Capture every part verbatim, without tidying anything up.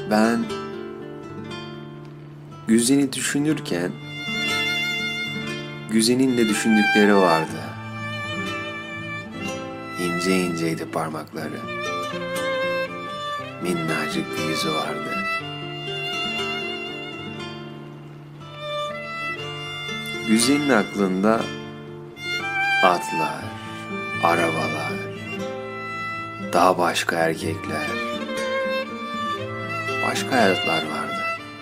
Ben Güzin'i düşünürken Güzin'in de düşündükleri vardı. İnce inceydi parmakları. Minnacık bir yüzü vardı. Güzin'in aklında atlar, arabalar, daha başka erkekler, başka hayatlar vardı.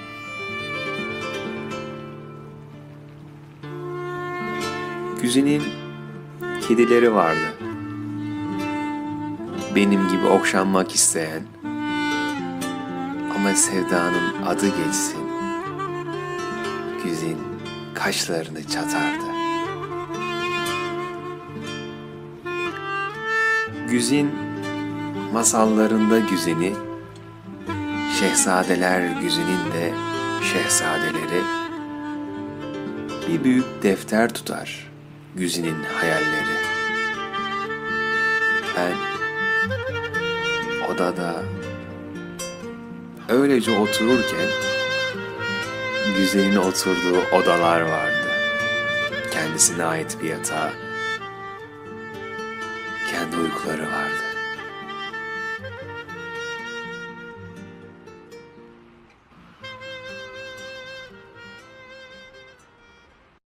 Güzin'in kedileri vardı. Benim gibi okşanmak isteyen ama sevdanın adı geçsin. Güzin kaşlarını çatardı. Güzin masallarında Güzin'i, şehzadeler Güzin'in de şehzadeleri bir büyük defter tutar Güzin'in hayalleri. Ben odada öylece otururken Güzin'in oturduğu odalar vardı. Kendisine ait bir yatağı, kendi uykuları vardı.